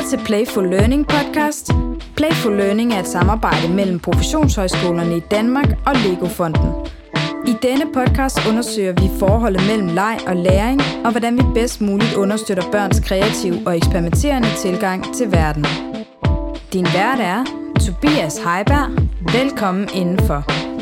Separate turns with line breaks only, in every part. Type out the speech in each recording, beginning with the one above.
til Playful Learning podcast. Playful Learning er et samarbejde mellem professionshøjskolerne i Danmark og LEGO-fonden. I denne podcast undersøger vi forholdet mellem leg og læring, og hvordan vi bedst muligt understøtter børns kreative og eksperimenterende tilgang til verden. Din vært er Tobias Heiberg. Velkommen indenfor.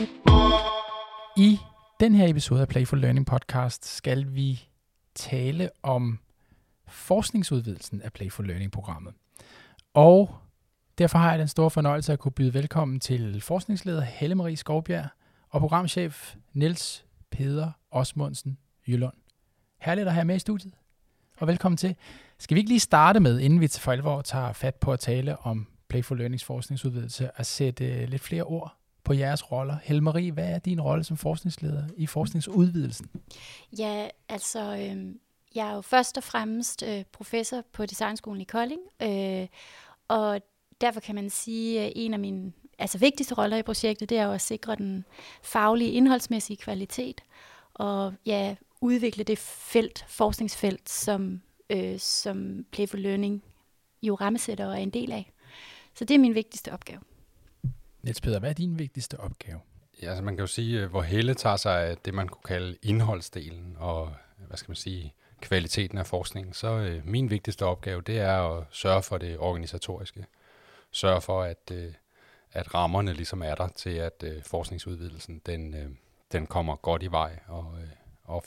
I den her episode af Playful Learning podcast skal vi tale om forskningsudvidelsen af Playful Learning-programmet. Og derfor har jeg den store fornøjelse at kunne byde velkommen til forskningsleder Helle Marie Skovbjerg og programchef Niels Peder Osmundsen Jylund. Herligt at have med i studiet, og velkommen til. Skal vi ikke lige starte med, inden vi for alvor tager fat på at tale om Playful Learnings forskningsudvidelse, at sætte lidt flere ord på jeres roller? Helle Marie, hvad er din rolle som forskningsleder i forskningsudvidelsen?
Ja, altså, jeg er jo først og fremmest professor på Designskolen i Kolding, og derfor kan man sige, at en af mine vigtigste roller i projektet, det er jo at sikre den faglige, indholdsmæssige kvalitet, og ja, udvikle det forskningsfelt, som Playful Learning jo rammesætter og er en del af. Så det er min vigtigste opgave.
Niels Peder, hvad er din vigtigste opgave?
Ja, altså man kan jo sige, hvor Helle tager sig af det, man kunne kalde indholdsdelen og, kvaliteten af forskningen, så min vigtigste opgave, det er at sørge for det organisatoriske. Sørge for, at rammerne ligesom er der til, at forskningsudvidelsen, den kommer godt i vej og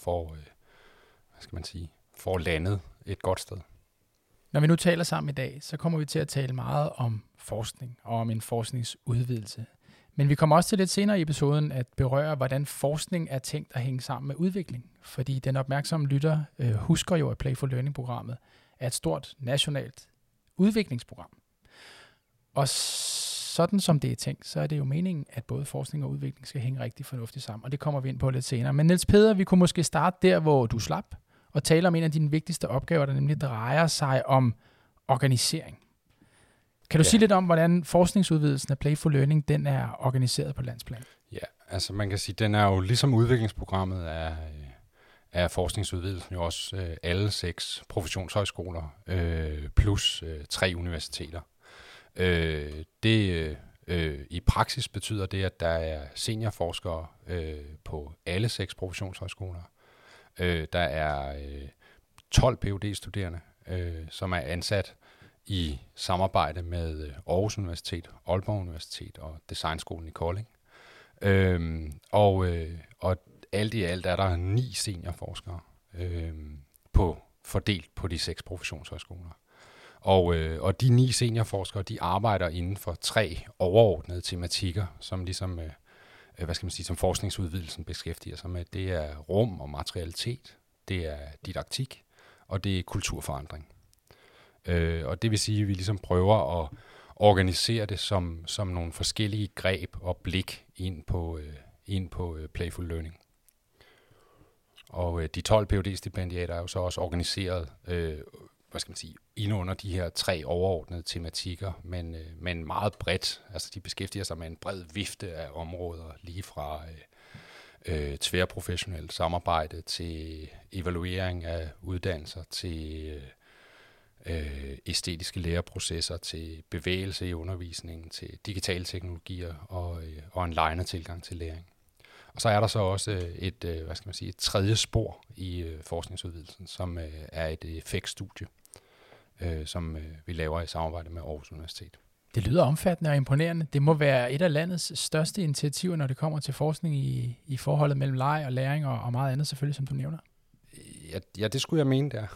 får landet et godt sted.
Når vi nu taler sammen i dag, så kommer vi til at tale meget om forskning og om en forskningsudvidelse. Men vi kommer også til lidt senere i episoden at berøre, hvordan forskning er tænkt at hænge sammen med udvikling. Fordi den opmærksomme lytter husker jo, at Playful Learning-programmet er et stort nationalt udviklingsprogram. Og sådan som det er tænkt, så er det jo meningen, at både forskning og udvikling skal hænge rigtig fornuftigt sammen. Og det kommer vi ind på lidt senere. Men Niels Peder, vi kunne måske starte der, hvor du slap, og tale om en af dine vigtigste opgaver, der nemlig drejer sig om organisering. Kan du sige lidt om, hvordan forskningsudvidelsen af Playful Learning, den er organiseret på landsplan?
Ja, altså man kan sige, den er jo ligesom udviklingsprogrammet er forskningsudvidelsen jo også alle 6 professionshøjskoler plus 3 universiteter. I praksis betyder det, at der er seniorforskere på alle 6 professionshøjskoler. Der er 12 Ph.D.-studerende, som er ansat i samarbejde med Aarhus Universitet, Aalborg Universitet og Designskolen i Kolding. Og alt i alt er der 9 seniorforskere fordelt på de 6 professionshøjskoler. Og de 9 seniorforskere, de arbejder inden for 3 overordnede tematikker, som ligesom som forskningsudvidelsen beskæftiger sig med. Det er rum og materialitet, det er didaktik, og det er kulturforandring. Og det vil sige, at vi ligesom prøver at organisere det som nogle forskellige greb og blik ind på Playful Learning. Og de 12 Ph.D.-stipendiater er jo så også organiseret inde under de her 3 overordnede tematikker, men meget bredt. Altså de beskæftiger sig med en bred vifte af områder, lige fra tværprofessionelt samarbejde til evaluering af uddannelser, til æstetiske læreprocesser, til bevægelse i undervisningen, til digitale teknologier og en legnet tilgang til læring. Og så er der så også et tredje spor i forskningsudvidelsen, som er et effektstudie, som vi laver i samarbejde med Aarhus Universitet.
Det lyder omfattende og imponerende. Det må være et af landets største initiativer, når det kommer til forskning i forholdet mellem leg og læring og meget andet selvfølgelig, som du nævner.
Ja, det skulle jeg mene der.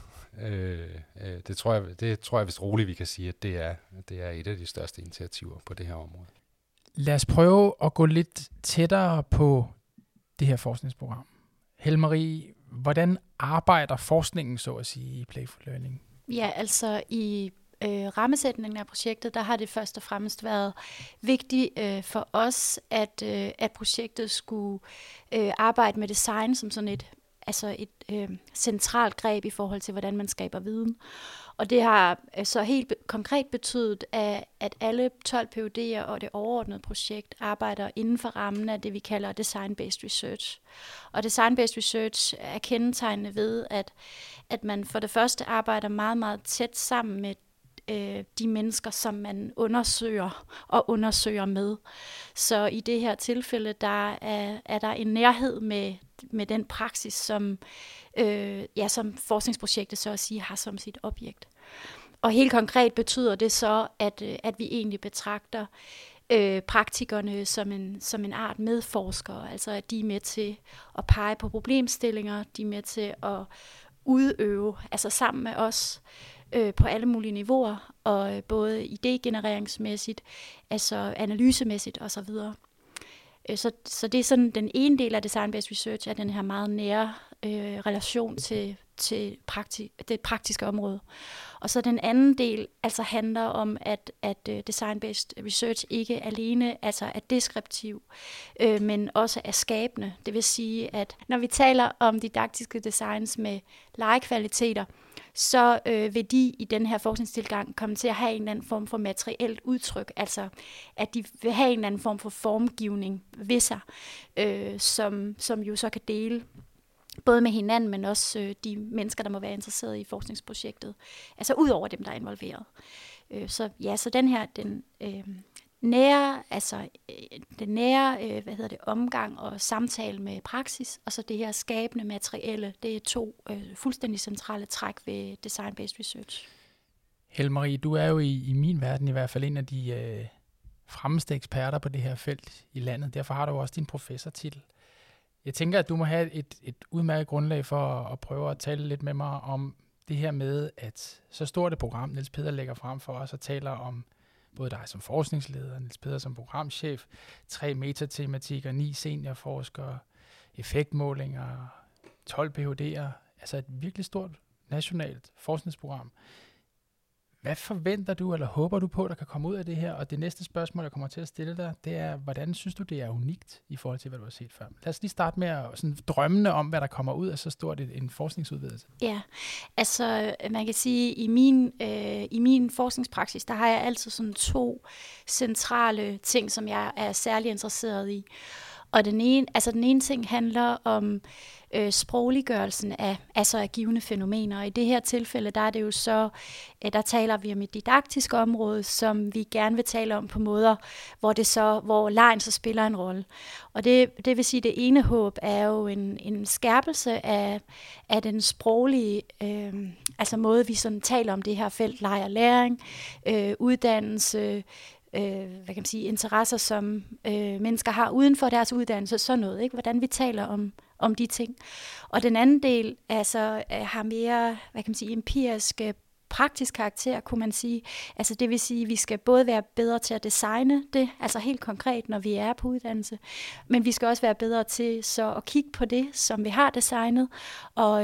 Det tror jeg vist roligt, vi kan sige, at det er et af de største initiativer på det her område.
Lad os prøve at gå lidt tættere på det her forskningsprogram. Helle Marie, hvordan arbejder forskningen, så at sige, i Playful Learning?
Ja, altså i rammesætningen af projektet, der har det først og fremmest været vigtigt for os, at projektet skulle arbejde med design som sådan et centralt greb i forhold til, hvordan man skaber viden. Og det har så helt konkret betydet, at alle 12 PhD'er og det overordnede projekt arbejder inden for rammen af det, vi kalder design-based research. Og design-based research er kendetegnende ved, at man for det første arbejder meget, meget tæt sammen med de mennesker, som man undersøger med. Så i det her tilfælde, der er der en nærhed med den praksis, som forskningsprojektet så at sige har som sit objekt. Og helt konkret betyder det så, at vi egentlig betragter praktikerne som en art medforskere, altså at de er med til at pege på problemstillinger, de er med til at udøve, altså sammen med os på alle mulige niveauer, og både idégenereringsmæssigt, altså analysemæssigt osv. Så det er sådan den ene del af design-based research, er den her meget nære relation til det praktiske område. Og så den anden del altså handler om, at design-based research ikke alene altså er deskriptiv, men også er skabende. Det vil sige, at når vi taler om didaktiske designs med legekvaliteter, så vil de i den her forskningstilgang komme til at have en eller anden form for materielt udtryk, altså at de vil have en eller anden form for formgivning ved sig, som jo så kan dele både med hinanden, men også de mennesker, der må være interesseret i forskningsprojektet, altså ud over dem, der er involveret. Så den her, den nære omgang og samtale med praksis, og så det her skabende materielle, det er to fuldstændig centrale træk ved design-based research.
Helle Marie, du er jo i min verden i hvert fald en af de fremmeste eksperter på det her felt i landet. Derfor har du også din professortitel. Jeg tænker, at du må have et udmærket grundlag for at prøve at tale lidt med mig om det her med, at så stort et program, Niels Peder lægger frem for os og taler om både dig som forskningsleder, Niels Peder som programchef, 3 metatematikker, 9 seniorforskere, effektmålinger, 12 PhD'er, altså et virkelig stort nationalt forskningsprogram. Hvad forventer du, eller håber du på, der kan komme ud af det her? Og det næste spørgsmål, jeg kommer til at stille dig, det er, hvordan synes du, det er unikt i forhold til, hvad du har set før? Lad os lige starte med at drømmende om, hvad der kommer ud af så stort en forskningsudvidelse.
Ja, altså man kan sige, i min forskningspraksis, der har jeg altid sådan 2 centrale ting, som jeg er særlig interesseret i. Og den ene ting handler om sprogliggørelsen af givne fænomener. Og i det her tilfælde, der er det jo så, der taler vi om et didaktisk område, som vi gerne vil tale om på måder, hvor legen så spiller en rolle. Og det vil sige, det ene håb er jo en skærpelse af den sproglige, altså måde, vi sådan taler om det her felt, leg og læring, uddannelse, interesser, som mennesker har uden for deres uddannelse, sådan noget, ikke? Hvordan vi taler om de ting. Og den anden del har mere, empirisk, praktisk karakter, kunne man sige. Altså det vil sige, at vi skal både være bedre til at designe det, altså helt konkret, når vi er på uddannelse, men vi skal også være bedre til så at kigge på det, som vi har designet, og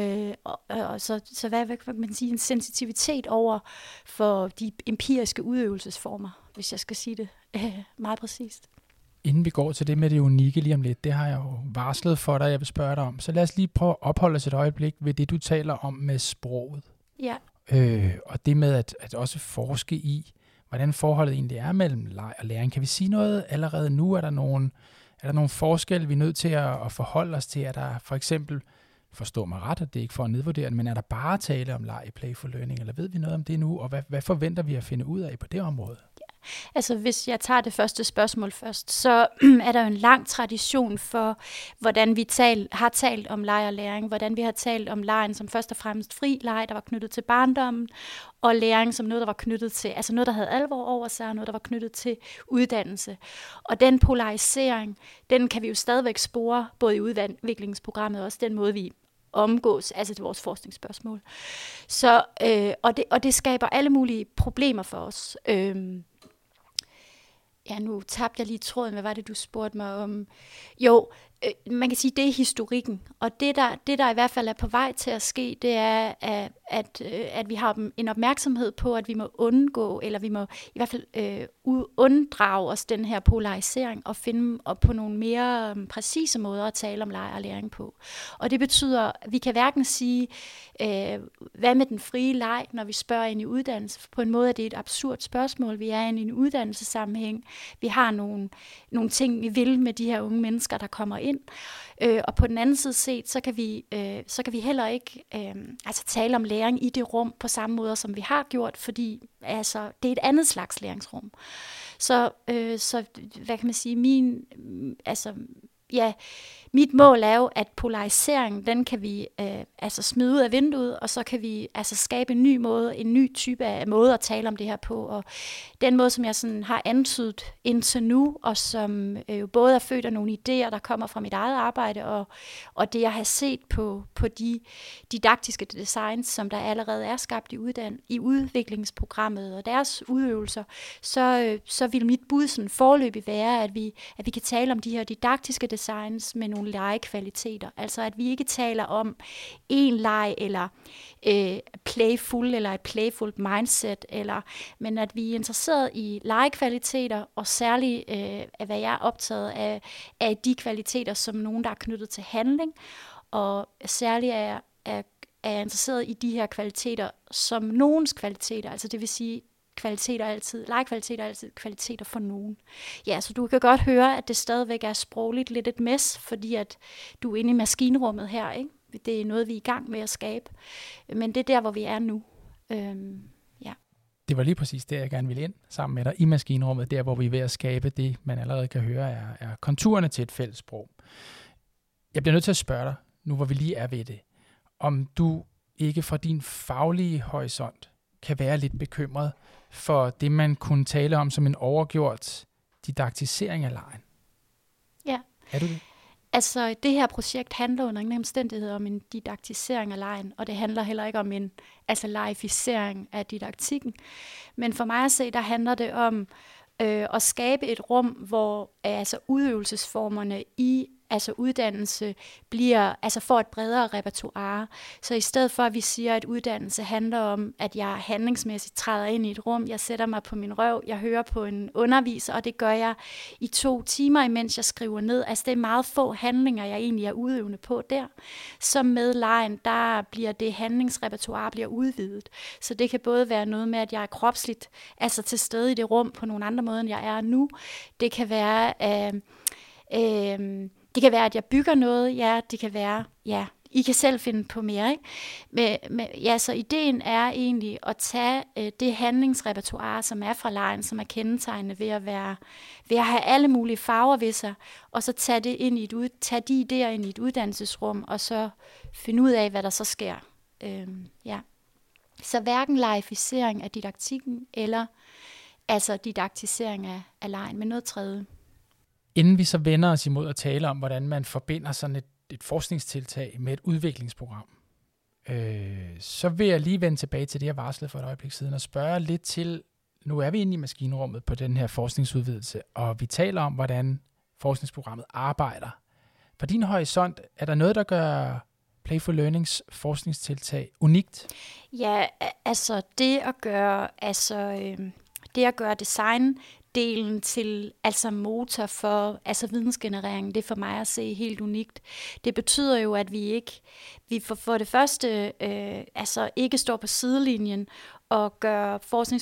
så hvad kan man sige, en sensitivitet over for de empiriske udøvelsesformer, hvis jeg skal sige det meget præcist.
Inden vi går til det med det unikke lige om lidt, det har jeg jo varslet for dig, jeg vil spørge dig om. Så lad os lige prøve at opholde os et øjeblik ved det, du taler om med sproget.
Ja.
Og det med at også forske i, hvordan forholdet egentlig er mellem leg og læring. Kan vi sige noget allerede nu? Er der nogle forskelle, vi er nødt til at forholde os til? Er der for eksempel, forstå mig ret, at det ikke for at nedvurdere, men er der bare tale om leg i Playful Learning, eller ved vi noget om det nu? Og hvad forventer vi at finde ud af på det område?
Altså hvis jeg tager det første spørgsmål først, så er der jo en lang tradition for, hvordan vi har talt om leg og læring, hvordan vi har talt om legen som først og fremmest fri leg, der var knyttet til barndommen, og læring som noget, der var knyttet til, altså noget, der havde alvor over sig, og noget, der var knyttet til uddannelse. Og den polarisering, den kan vi jo stadigvæk spore, både i udviklingsprogrammet og også den måde, vi omgås, altså til vores forskningsspørgsmål. Så, og det skaber alle mulige problemer for os. Nu tabte jeg lige tråden. Hvad var det, du spurgte mig om? Jo, man kan sige, det er historikken. Og det der i hvert fald er på vej til at ske, det er, at vi har en opmærksomhed på, at vi må undgå, eller vi må i hvert fald unddrage os den her polarisering, og finde på nogle mere præcise måder at tale om leg og læring på. Og det betyder, at vi kan hverken sige, hvad med den frie leg, når vi spørger ind i uddannelse. På en måde er det et absurd spørgsmål. Vi er i en uddannelsessammenhæng. Vi har nogle ting, vi vil med de her unge mennesker, der kommer ind. ind. Og på den anden side set, så kan vi heller ikke tale om læring i det rum på samme måde, som vi har gjort, fordi altså, det er et andet slags læringsrum. Så hvad kan man sige, mit mål er jo, at polarisering, den kan vi smide ud af vinduet, og så kan vi skabe en ny type af måde at tale om det her på. Og den måde, som jeg sådan har antydet indtil nu, og som jo både er født af nogle idéer, der kommer fra mit eget arbejde, og det, jeg har set på de didaktiske designs, som der allerede er skabt i udviklingsprogrammet og deres udøvelser, så vil mit bud sådan foreløbig være, at vi kan tale om de her didaktiske designs med nogle legekvaliteter. Altså at vi ikke taler om en leg eller playful eller et playful mindset, men at vi er interesseret i legekvaliteter, og særligt hvad jeg er optaget af de kvaliteter som nogen, der er knyttet til handling, og særligt er jeg interesseret i de her kvaliteter som nogens kvaliteter, altså det vil sige legekvaliteter er altid kvaliteter for nogen. Ja, så du kan godt høre, at det stadigvæk er sprogligt lidt et mess, fordi at du er inde i maskinrummet her, ikke? Det er noget, vi er i gang med at skabe. Men det er der, hvor vi er nu. Ja.
Det var lige præcis det, jeg gerne ville ind sammen med dig i maskinrummet, der hvor vi er ved at skabe det, man allerede kan høre, er konturerne til et fælles sprog. Jeg bliver nødt til at spørge dig, nu hvor vi lige er ved det, om du ikke fra din faglige horisont kan være lidt bekymret for det, man kunne tale om som en overgjort didaktisering af legen.
Ja.
Er du det?
Altså, det her projekt handler under ingen omstændighed om en didaktisering af legen, og det handler heller ikke om en legificering af didaktikken. Men for mig at se, der handler det om at skabe et rum, hvor udøvelsesformerne i uddannelse får et bredere repertoire. Så i stedet for, at vi siger, at uddannelse handler om, at jeg handlingsmæssigt træder ind i et rum, jeg sætter mig på min røv, jeg hører på en underviser, og det gør jeg i 2 timer, imens jeg skriver ned. Altså det er meget få handlinger, jeg egentlig er udøvende på der. Så med legen, der bliver det handlingsrepertoire bliver udvidet. Så det kan både være noget med, at jeg er kropsligt til stede i det rum på nogle andre måder, end jeg er nu. Det kan være at jeg bygger noget, ja, det kan være, ja, I kan selv finde på mere, ikke? Så ideen er egentlig at tage det handlingsrepertoire, som er fra legen, som er kendetegnende ved at have alle mulige farver ved sig, og så tage de idéer ind i et uddannelsesrum, og så finde ud af, hvad der så sker. Så hverken legificering af didaktikken, eller didaktisering af legen, men noget tredje.
Inden vi så vender os imod at tale om, hvordan man forbinder sådan et forskningstiltag med et udviklingsprogram, så vil jeg lige vende tilbage til det, jeg varslede for et øjeblik siden, og spørge lidt til, nu er vi inde i maskinrummet på den her forskningsudvidelse, og vi taler om, hvordan forskningsprogrammet arbejder. Fra din horisont, er der noget, der gør Playful Learnings forskningstiltag unikt?
Ja, det at gøre design delen til motor for vidensgenerering, det er for mig at se helt unikt. Det betyder jo, at vi for det første ikke står på sidelinjen og gør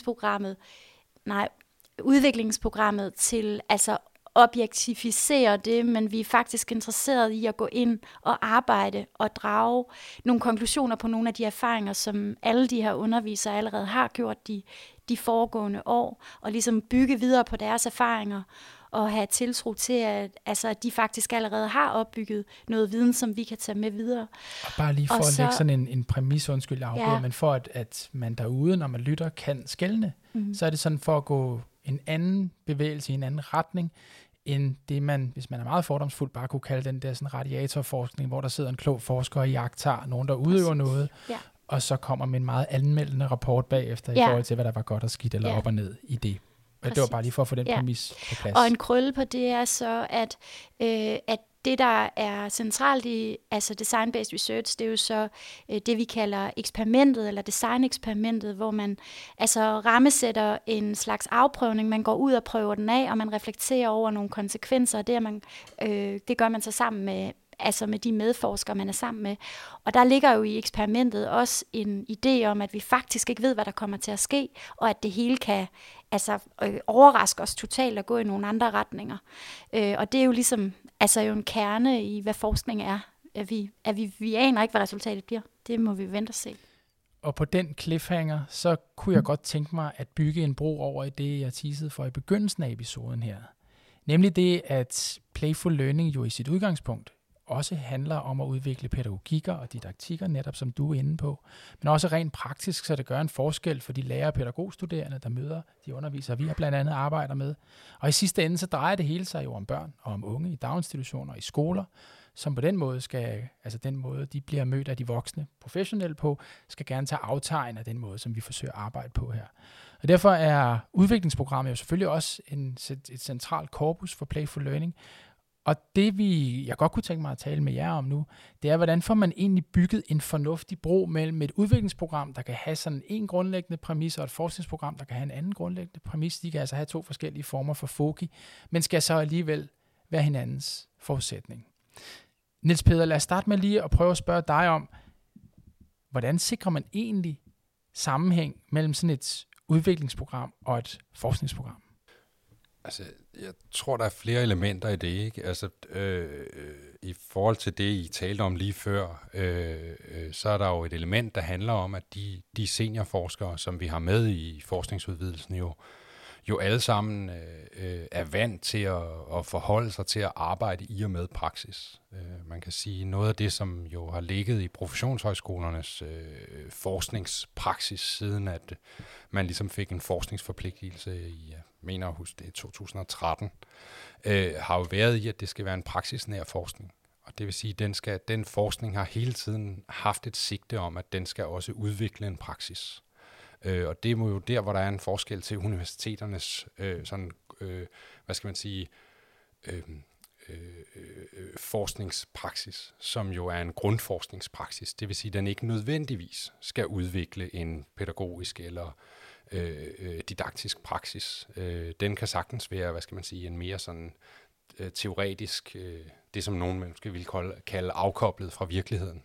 udviklingsprogrammet til objektificere det, men vi er faktisk interesseret i at gå ind og arbejde og drage nogle konklusioner på nogle af de erfaringer, som alle de her undervisere allerede har gjort de foregående år, og ligesom bygge videre på deres erfaringer, og have tiltro til, at de faktisk allerede har opbygget noget viden, som vi kan tage med videre.
Og bare lige for at lægge sådan en præmis, men for at man derude, når man lytter, kan skelne, så er det sådan for at gå en anden bevægelse i en anden retning, end det man, hvis man er meget fordomsfuld, bare kunne kalde den der sådan radiatorforskning, hvor der sidder en klog forsker og jagter nogen, der udøver noget, og så kommer med en meget anmeldende rapport bagefter i forhold til, hvad der var godt og skidt eller op og ned i det. Det var bare lige for at få den præmis på plads.
Og en krølle på det er så, at det, der er centralt i design-based research, det er jo så det, vi kalder eksperimentet, eller design-eksperimentet, hvor man rammesætter en slags afprøvning. Man går ud og prøver den af, og man reflekterer over nogle konsekvenser, og det gør man så sammen med altså med de medforskere, man er sammen med. Og der ligger jo i eksperimentet også en idé om, at vi faktisk ikke ved, hvad der kommer til at ske, og at det hele kan overraske os totalt og gå i nogle andre retninger. Og det er jo ligesom jo en kerne i, hvad forskning er. Vi aner ikke, hvad resultatet bliver. Det må vi vente og se.
Og på den cliffhanger, så kunne jeg godt tænke mig at bygge en bro over i det, jeg teasede for i begyndelsen af episoden her. Nemlig det, at Playful Learning jo i sit udgangspunkt også handler om at udvikle pædagogikker og didaktikker, netop som du er inde på, men også rent praktisk, så det gør en forskel for de lærer- og pædagogstuderende, der møder de undervisere, vi har blandt andet arbejder med. Og i sidste ende, så drejer det hele sig jo om børn og om unge i daginstitutioner og i skoler, som på den måde den måde, de bliver mødt af de voksne professionelle på, skal gerne tage aftegn af den måde, som vi forsøger at arbejde på her. Og derfor er udviklingsprogrammet jo selvfølgelig også et centralt korpus for Playful Learning. Og det, jeg godt kunne tænke mig at tale med jer om nu, det er, hvordan får man egentlig bygget en fornuftig bro mellem et udviklingsprogram, der kan have sådan en grundlæggende præmis, og et forskningsprogram, der kan have en anden grundlæggende præmis. De kan altså have 2 forskellige former for foki, men skal så alligevel være hinandens forudsætning. Niels Peder, lad os starte med lige at prøve at spørge dig om, hvordan sikrer man egentlig sammenhæng mellem sådan et udviklingsprogram og et forskningsprogram?
Altså, jeg tror, der er flere elementer i det, ikke? Altså, i forhold til det, I talte om lige før, så er der jo et element, der handler om, at de seniorforskere, som vi har med i forskningsudvidelsen, jo alle sammen er vant til at forholde sig til at arbejde i og med praksis. Man kan sige, noget af det, som jo har ligget i professionshøjskolernes forskningspraksis, siden at man ligesom fik en forskningsforpligtelse i, jeg mener at huske det, 2013, har jo været i, at det skal være en praksisnær forskning. Og det vil sige, at den forskning har hele tiden haft et sigte om, at den skal også udvikle en praksis. Og det er jo der, hvor der er en forskel til universiteternes forskningspraksis, som jo er en grundforskningspraksis. Det vil sige, at den ikke nødvendigvis skal udvikle en pædagogisk eller didaktisk praksis. Den kan sagtens være, en mere sådan teoretisk, det som nogen måske vil kalde afkoblet fra virkeligheden.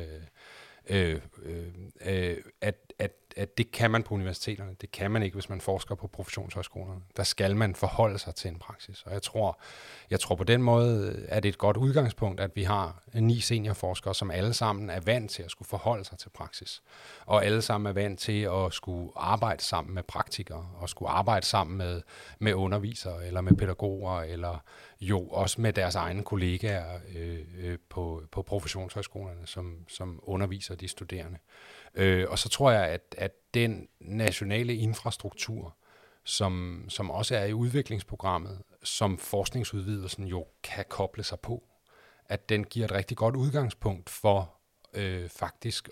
At det kan man på universiteterne, det kan man ikke, hvis man forsker på professionshøjskolerne. Der skal man forholde sig til en praksis. Og jeg tror på den måde, at det er et godt udgangspunkt, at vi har 9 seniorforskere, som alle sammen er vant til at skulle forholde sig til praksis. Og alle sammen er vant til at skulle arbejde sammen med praktikere, og skulle arbejde sammen med undervisere, eller med pædagoger, eller jo også med deres egne kollegaer på professionshøjskolerne, som underviser de studerende. Og så tror jeg, at den nationale infrastruktur, som også er i udviklingsprogrammet, som forskningsudvidelsen jo kan koble sig på, at den giver et rigtig godt udgangspunkt for faktisk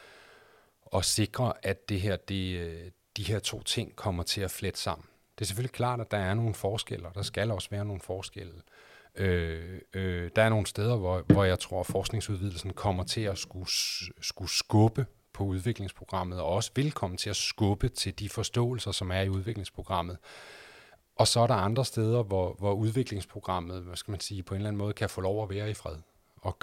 at sikre, at de her 2 ting kommer til at flette sammen. Det er selvfølgelig klart, at der er nogle forskelle, og der skal også være nogle forskelle. Der er nogle steder, hvor jeg tror, at forskningsudvidelsen kommer til at skulle skubbe på udviklingsprogrammet, og også vil komme til at skubbe til de forståelser, som er i udviklingsprogrammet. Og så er der andre steder, hvor udviklingsprogrammet, på en eller anden måde kan få lov at være i fred og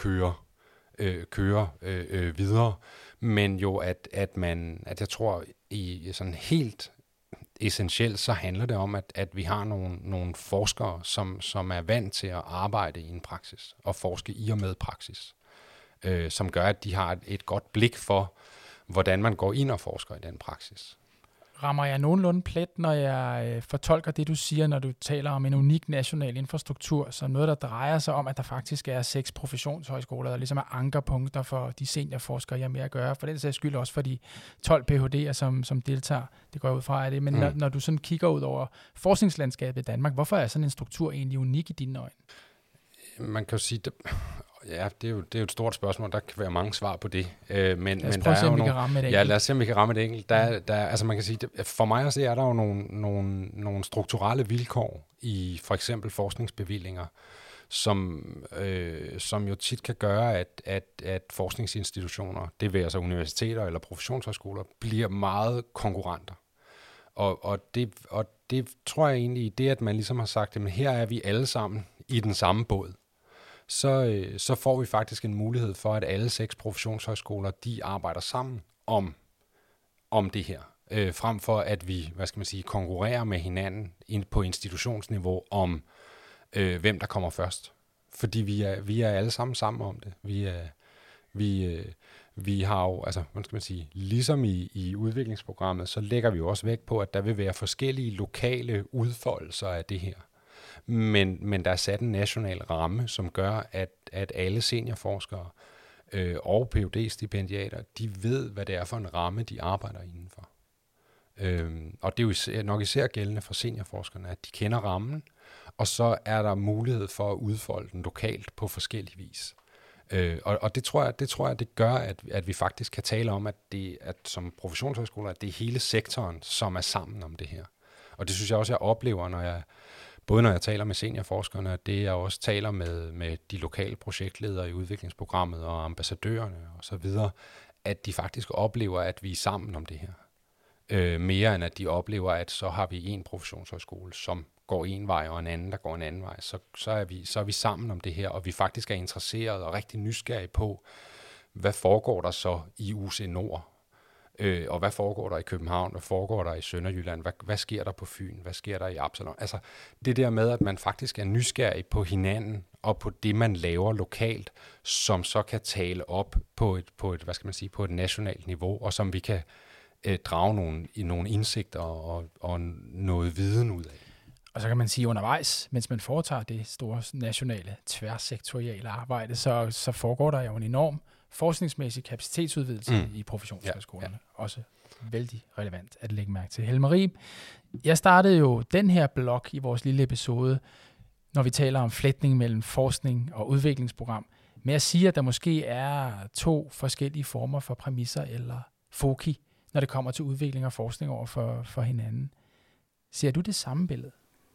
køre videre. Men jo, at jeg tror, i sådan helt essentielt, så handler det om, at vi har nogle forskere, som er vant til at arbejde i en praksis, og forske i og med praksis, som gør, at de har et godt blik for, hvordan man går ind og forsker i den praksis.
Rammer jeg nogenlunde plet, når jeg fortolker det, du siger, når du taler om en unik national infrastruktur, som noget, der drejer sig om, at der faktisk er 6 professionshøjskoler, der ligesom er ankerpunkter for de seniorforskere, jeg har med at gøre. For den sags skyld også for de 12 PhD'er, som deltager. Det går jeg ud fra af det. Men når du sådan kigger ud over forskningslandskabet i Danmark, hvorfor er sådan en struktur egentlig unik i dine øjne?
Man kan jo sige, det er jo et stort spørgsmål. Der kan være mange svar på det. Men
lad os prøve at se, om vi kan ramme et enkelt.
Ja, lad os se, om vi kan ramme et enkelt. Altså man kan sige, for mig at se, er der jo nogle strukturelle vilkår i for eksempel forskningsbevillinger, som jo tit kan gøre, at forskningsinstitutioner, det vil altså universiteter eller professionshøjskoler, bliver meget konkurrenter. Og det tror jeg egentlig, det at man ligesom har sagt, at her er vi alle sammen i den samme båd, så får vi faktisk en mulighed for, at alle 6 professionshøjskoler, de arbejder sammen om det her. Frem for at vi, konkurrerer med hinanden på institutionsniveau om, hvem der kommer først. Fordi vi er alle sammen om det. Vi har jo, ligesom i udviklingsprogrammet, så lægger vi jo også vægt på, at der vil være forskellige lokale udfoldelser af det her. Men der er sat en national ramme, som gør, at alle seniorforskere og PhD-stipendiater, de ved, hvad det er for en ramme, de arbejder indenfor. Og det er jo nok især gældende for seniorforskerne, at de kender rammen, og så er der mulighed for at udfolde den lokalt på forskellig vis. Og det tror jeg, det gør, at vi faktisk kan tale om, at som professionshøjskoler, at det er hele sektoren, som er sammen om det her. Og det synes jeg også, jeg oplever, når jeg taler med seniorforskerne, det jeg også taler med de lokale projektledere i udviklingsprogrammet og ambassadørerne osv., at de faktisk oplever, at vi er sammen om det her. Mere end at de oplever, at så har vi en professionshøjskole, som går en vej, og en anden, der går en anden vej. Så er vi sammen om det her, og vi faktisk er interesserede og rigtig nysgerrige på, hvad foregår der så i UC Nord? Og hvad foregår der i København? Hvad foregår der i Sønderjylland? Hvad sker der på Fyn? Hvad sker der i Absalon? Altså det der med, at man faktisk er nysgerrig på hinanden og på det, man laver lokalt, som så kan tale op på et nationalt niveau, og som vi kan drage nogle indsigter og noget viden ud af.
Og så kan man sige undervejs, mens man foretager det store nationale tværsektoriale arbejde, så foregår der jo en enorm forskningsmæssig kapacitetsudvidelse i professionshøjskolerne. Ja. Også vældig relevant at lægge mærke til. Helle-Marie, jeg startede jo den her blog i vores lille episode, når vi taler om flætning mellem forskning og udviklingsprogram, med at sige, at der måske er 2 forskellige former for præmisser eller foki, når det kommer til udvikling og forskning over for hinanden. Ser du det samme billede?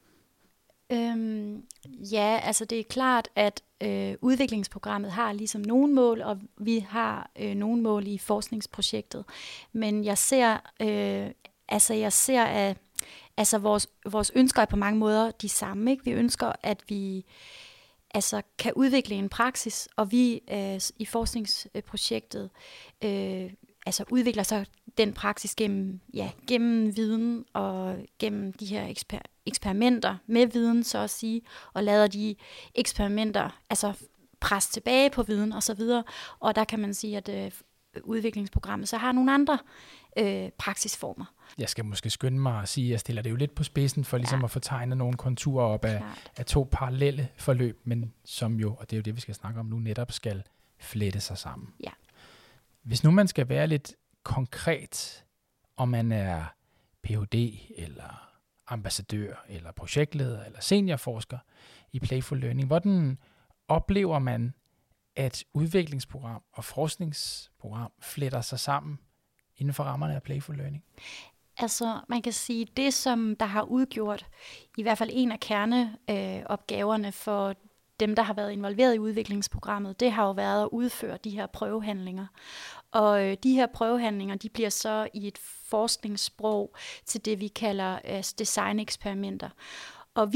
Ja, altså det er klart, at udviklingsprogrammet har ligesom nogle mål, og vi har nogle mål i forskningsprojektet. Men jeg ser, at vores ønsker er på mange måder de samme. Ikke? Vi ønsker, at vi kan udvikle en praksis, og vi i forskningsprojektet udvikler så den praksis gennem viden og gennem de her eksperimenter med viden, så at sige, og lader de eksperimenter presse tilbage på viden og så videre. Og der kan man sige, at udviklingsprogrammet så har nogle andre praksisformer. Jeg
skal måske skynde mig at sige, at jeg stiller det jo lidt på spidsen for ligesom at få tegnet nogle konturer op af 2 parallelle forløb, men som jo, og det er jo det, vi skal snakke om nu, netop skal flette sig sammen.
Ja.
Hvis nu man skal være lidt konkret, om man er Ph.D. eller ambassadør eller projektleder eller seniorforsker i Playful Learning, hvordan oplever man, at udviklingsprogram og forskningsprogram fletter sig sammen inden for rammerne af Playful Learning?
Altså, man kan sige, det som der har udgjort i hvert fald en af kerneopgaverne for dem, der har været involveret i udviklingsprogrammet, det har jo været at udføre de her prøvehandlinger. Og de her prøvehandlinger, de bliver så i et forskningssprog til det, vi kalder designeksperimenter. Og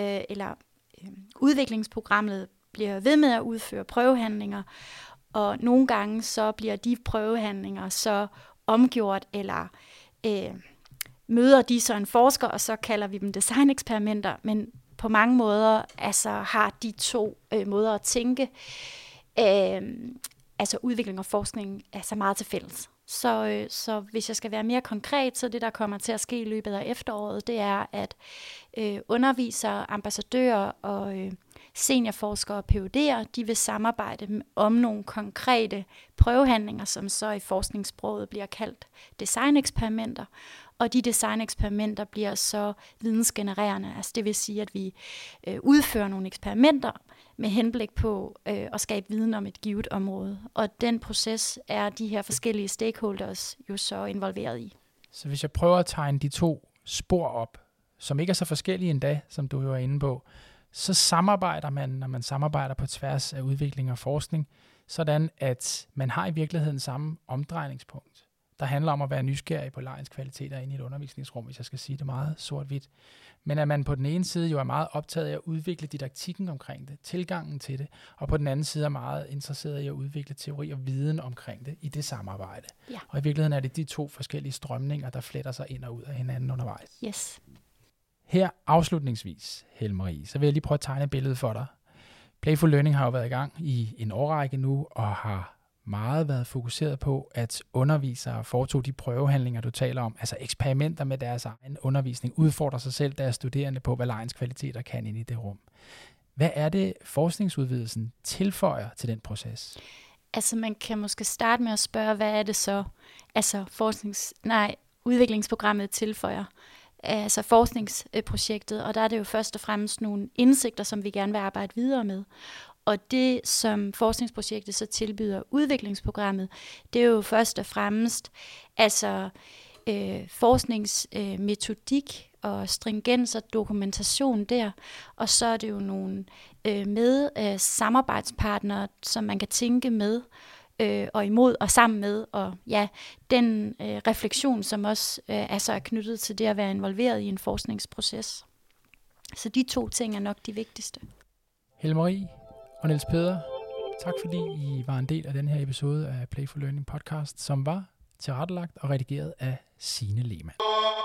udviklingsprogrammet bliver ved med at udføre prøvehandlinger, og nogle gange så bliver de prøvehandlinger så omgjort, eller møder de så en forsker, og så kalder vi dem designeksperimenter, men på mange måder har de 2 måder at tænke, udvikling og forskning meget til fælles. Så hvis jeg skal være mere konkret, så det, der kommer til at ske i løbet af efteråret, det er, at undervisere, ambassadører og seniorforskere og PhD'er, de vil samarbejde om nogle konkrete prøvehandlinger, som så i forskningssproget bliver kaldt designeksperimenter. Og de designeksperimenter bliver så vidensgenererende. Altså det vil sige, at vi udfører nogle eksperimenter med henblik på at skabe viden om et givet område. Og den proces er de her forskellige stakeholders jo så involveret i.
Så hvis jeg prøver at tegne de 2 spor op, som ikke er så forskellige endda, som du jo er inde på, så samarbejder man, når man samarbejder på tværs af udvikling og forskning, sådan at man har i virkeligheden samme omdrejningspunkt. der handler om at være nysgerrig på legens kvaliteter inde i et undervisningsrum, hvis jeg skal sige det meget sort-hvidt. Men at man på den ene side jo er meget optaget af at udvikle didaktikken omkring det, tilgangen til det, og på den anden side er meget interesseret i at udvikle teori og viden omkring det i det samarbejde.
Ja.
Og i virkeligheden er det de to forskellige strømninger, der fletter sig ind og ud af hinanden undervejs.
Yes.
Her afslutningsvis, Helle Marie, så vil jeg lige prøve at tegne et billede for dig. Playful Learning har jo været i gang i en årrække nu, og har meget været fokuseret på, at undervisere foretog de prøvehandlinger, du taler om, altså eksperimenter med deres egen undervisning, udfordrer sig selv, deres studerende på, hvad legens kvaliteter kan ind i det rum. Hvad er det, forskningsudvidelsen tilføjer til den proces?
Altså man kan måske starte med at spørge, hvad er det så, altså udviklingsprogrammet tilføjer, altså forskningsprojektet, og der er det jo først og fremmest nogle indsigter, som vi gerne vil arbejde videre med. Og det, som forskningsprojektet så tilbyder udviklingsprogrammet, det er jo først og fremmest altså forskningsmetodik og stringens og dokumentation der. Og så er det jo nogle samarbejdspartnere, som man kan tænke med og imod og sammen med. Og ja, den refleksion, som også er knyttet til det at være involveret i en forskningsproces. Så de to ting er nok de vigtigste.
Helle Marie og Niels Peder, tak fordi I var en del af den her episode af Playful Learning podcast, som var tilrettelagt og redigeret af Signe Lehmann.